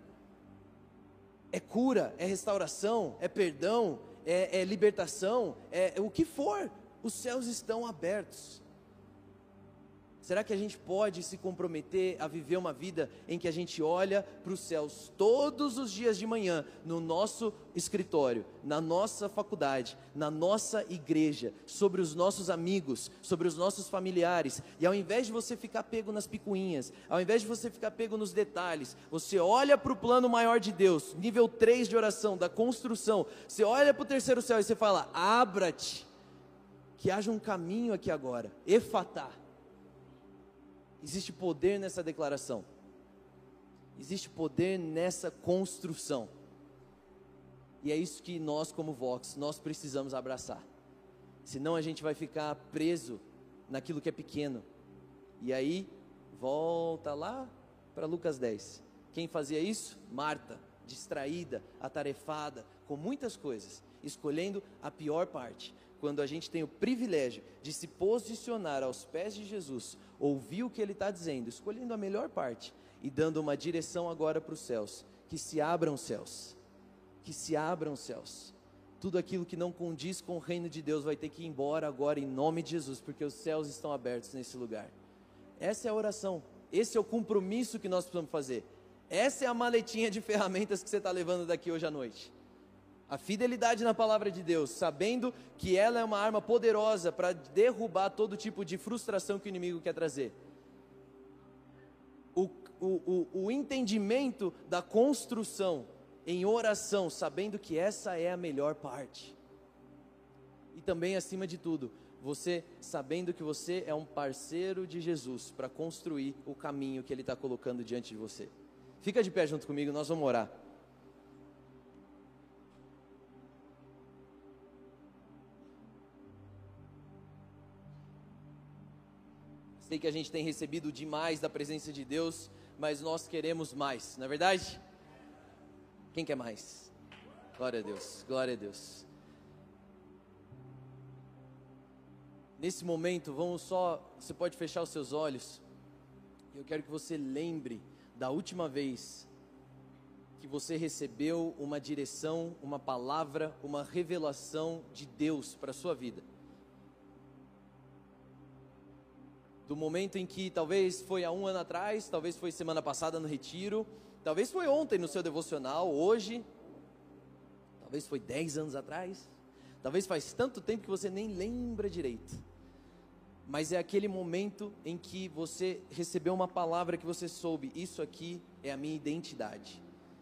É cura, é restauração, é perdão, é libertação, é o que for, os céus estão abertos. Será que a gente pode se comprometer a viver uma vida em que a gente olha para os céus todos os dias de manhã, no nosso escritório, na nossa faculdade, na nossa igreja, sobre os nossos amigos, sobre os nossos familiares, e ao invés de você ficar pego nas picuinhas, ao invés de você ficar pego nos detalhes, você olha para o plano maior de Deus, nível 3 de oração, da construção, você olha para o terceiro céu e você fala, abra-te, que haja um caminho aqui agora, efatá. Existe poder nessa declaração, existe poder nessa construção, e é isso que nós como Vox, nós precisamos abraçar, senão a gente vai ficar preso naquilo que é pequeno, e aí volta lá para Lucas 10, quem fazia isso? Marta, distraída, atarefada, com muitas coisas, escolhendo a pior parte. Quando a gente tem o privilégio de se posicionar aos pés de Jesus, ouvir o que Ele está dizendo, escolhendo a melhor parte e dando uma direção agora para os céus, que se abram os céus, que se abram os céus, tudo aquilo que não condiz com o reino de Deus vai ter que ir embora agora em nome de Jesus, porque os céus estão abertos nesse lugar. Essa é a oração, esse é o compromisso que nós precisamos fazer, essa é a maletinha de ferramentas que você está levando daqui hoje à noite. A fidelidade na palavra de Deus, sabendo que ela é uma arma poderosa para derrubar todo tipo de frustração que o inimigo quer trazer. O entendimento da construção em oração, sabendo que essa é a melhor parte. E também, acima de tudo, você sabendo que você é um parceiro de Jesus para construir o caminho que Ele está colocando diante de você. Fica de pé junto comigo, nós vamos orar. Sei que a gente tem recebido demais da presença de Deus, mas nós queremos mais, não é verdade? Quem quer mais? Glória a Deus, glória a Deus. Nesse momento, você pode fechar os seus olhos, e eu quero que você lembre da última vez que você recebeu uma direção, uma palavra, uma revelação de Deus para a sua vida. Do momento em que talvez foi há um ano atrás, talvez foi semana passada no retiro, talvez foi ontem no seu devocional, hoje, talvez foi 10 anos atrás, talvez faz tanto tempo que você nem lembra direito, mas é aquele momento em que você recebeu uma palavra que você soube, isso aqui é a minha identidade,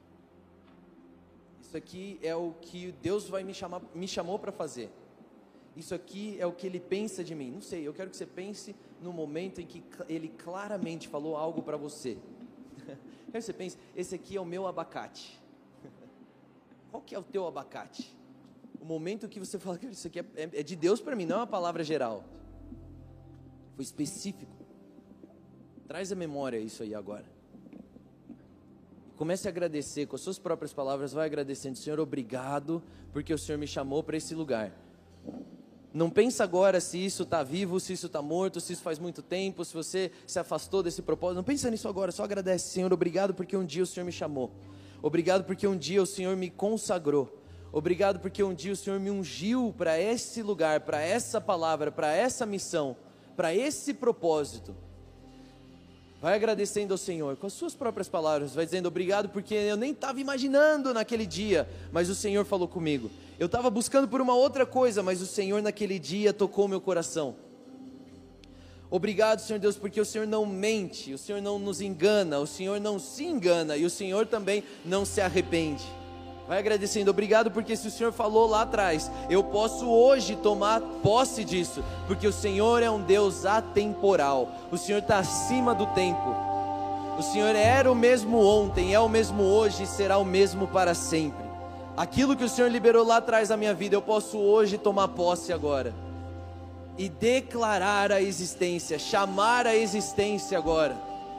isso aqui é o que Deus me chamou para fazer. Isso aqui é o que Ele pensa de mim. Não sei, eu quero que você pense no momento em que Ele claramente falou algo para você. Quero que você pense, esse aqui é o meu abacate. Qual que é o teu abacate? O momento que você fala que isso aqui é de Deus para mim, não é uma palavra geral. Foi específico. Traz à memória isso aí agora. Comece a agradecer com as suas próprias palavras, vai agradecendo. Senhor, obrigado, porque o Senhor me chamou para esse lugar. Não pensa agora se isso está vivo, se isso está morto, se isso faz muito tempo, se você se afastou desse propósito. Não pensa nisso agora, só agradece. Senhor, obrigado porque um dia o Senhor me chamou. Obrigado porque um dia o Senhor me consagrou. Obrigado porque um dia o Senhor me ungiu para esse lugar, para essa palavra, para essa missão, para esse propósito. Vai agradecendo ao Senhor, com as suas próprias palavras, vai dizendo obrigado porque eu nem estava imaginando naquele dia, mas o Senhor falou comigo. Eu estava buscando por uma outra coisa, mas o Senhor naquele dia tocou meu coração. Obrigado, Senhor Deus, porque o Senhor não mente, o Senhor não nos engana, o Senhor não se engana e o Senhor também não se arrepende. Vai agradecendo, obrigado porque se o Senhor falou lá atrás, eu posso hoje tomar posse disso, porque o Senhor é um Deus atemporal, o Senhor está acima do tempo, o Senhor era o mesmo ontem, é o mesmo hoje e será o mesmo para sempre. Aquilo que o Senhor liberou lá atrás da minha vida, eu posso hoje tomar posse agora, e declarar a existência, chamar a existência agora.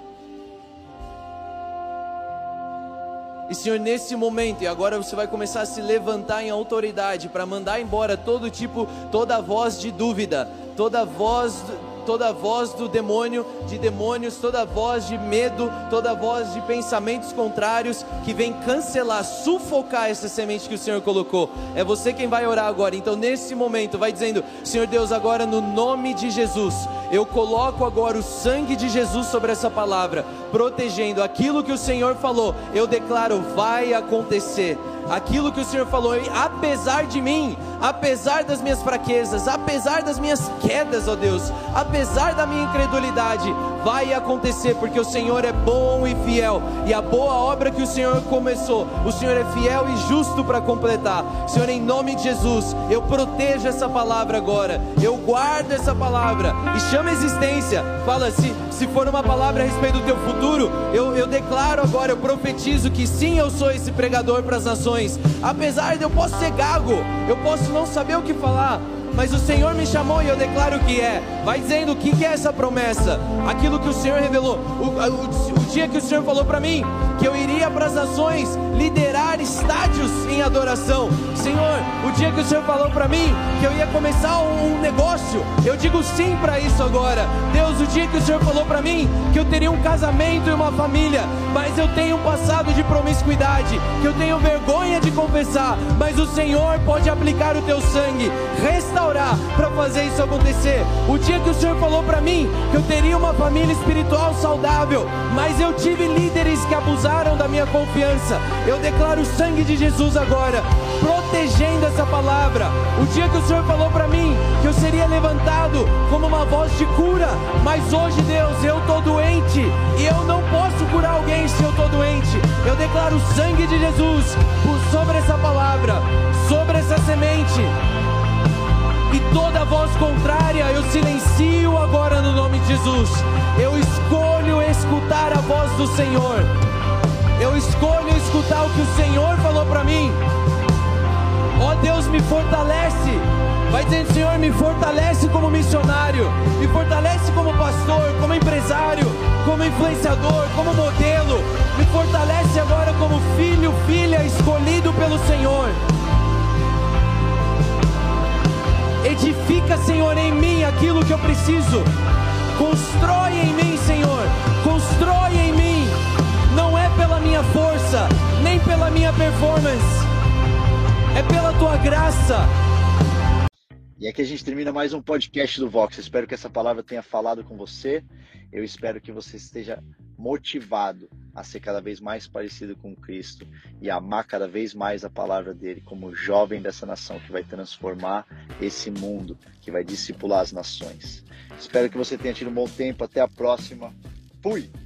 E Senhor, nesse momento, e agora você vai começar a se levantar em autoridade para mandar embora toda voz de dúvida, toda voz do demônio, de demônios, toda voz de medo, toda voz de pensamentos contrários que vem cancelar, sufocar essa semente que o Senhor colocou. É você quem vai orar agora. Então nesse momento vai dizendo: Senhor Deus, agora no nome de Jesus, eu coloco agora o sangue de Jesus sobre essa palavra, protegendo aquilo que o Senhor falou. Eu declaro, vai acontecer. Aquilo que o Senhor falou, apesar de mim, apesar das minhas fraquezas, apesar das minhas quedas, ó Deus, apesar da minha incredulidade, vai acontecer, porque o Senhor é bom e fiel, e a boa obra que o Senhor começou, o Senhor é fiel e justo para completar. Senhor, em nome de Jesus, eu protejo essa palavra agora, eu guardo essa palavra, e chama a existência. Fala, se for uma palavra a respeito do teu futuro, eu declaro agora, eu profetizo que sim, eu sou esse pregador para as nações. Apesar de eu posso ser gago, eu posso não saber o que falar, mas o Senhor me chamou e eu declaro que é. Vai dizendo o que é essa promessa, aquilo que o Senhor revelou, o dia que o Senhor falou para mim, que eu iria para as nações liderar estádios em adoração. Senhor, o dia que o Senhor falou para mim, que eu ia começar um negócio, eu digo sim para isso agora. Deus, o dia que o Senhor falou para mim, que eu teria um casamento e uma família, mas eu tenho um passado de promiscuidade, que eu tenho vergonha de confessar, mas o Senhor pode aplicar o teu sangue, restaurar para fazer isso acontecer. O dia que o Senhor falou para mim, que eu teria uma família espiritual saudável, mas eu tive líderes que abusaram da minha confiança, eu declaro o sangue de Jesus agora, protegendo essa palavra. O dia que o Senhor falou para mim, que eu seria levantado como uma voz de cura, mas hoje, Deus, eu estou doente, e eu não posso curar alguém se eu estou doente. Eu declaro o sangue de Jesus sobre essa palavra, sobre essa semente, e toda voz contrária eu silencio agora no nome de Jesus. Eu escolho escutar a voz do Senhor, eu escolho escutar o que o Senhor falou para mim. Ó Deus, me fortalece. Vai dizendo: Senhor, me fortalece como missionário, me fortalece como pastor, como empresário, como influenciador, como modelo. Me fortalece agora como filho, filha escolhido pelo Senhor. Edifica, Senhor, em mim aquilo que eu preciso. Constrói em mim, Senhor, constrói em mim. Não é pela minha força, nem pela minha performance, é pela tua graça. E aqui a gente termina mais um podcast do Vox. Eu espero que essa palavra tenha falado com você. Eu espero que você esteja motivado a ser cada vez mais parecido com Cristo e amar cada vez mais a palavra dele, como jovem dessa nação que vai transformar esse mundo, que vai discipular as nações. Espero que você tenha tido um bom tempo. Até a próxima. Fui!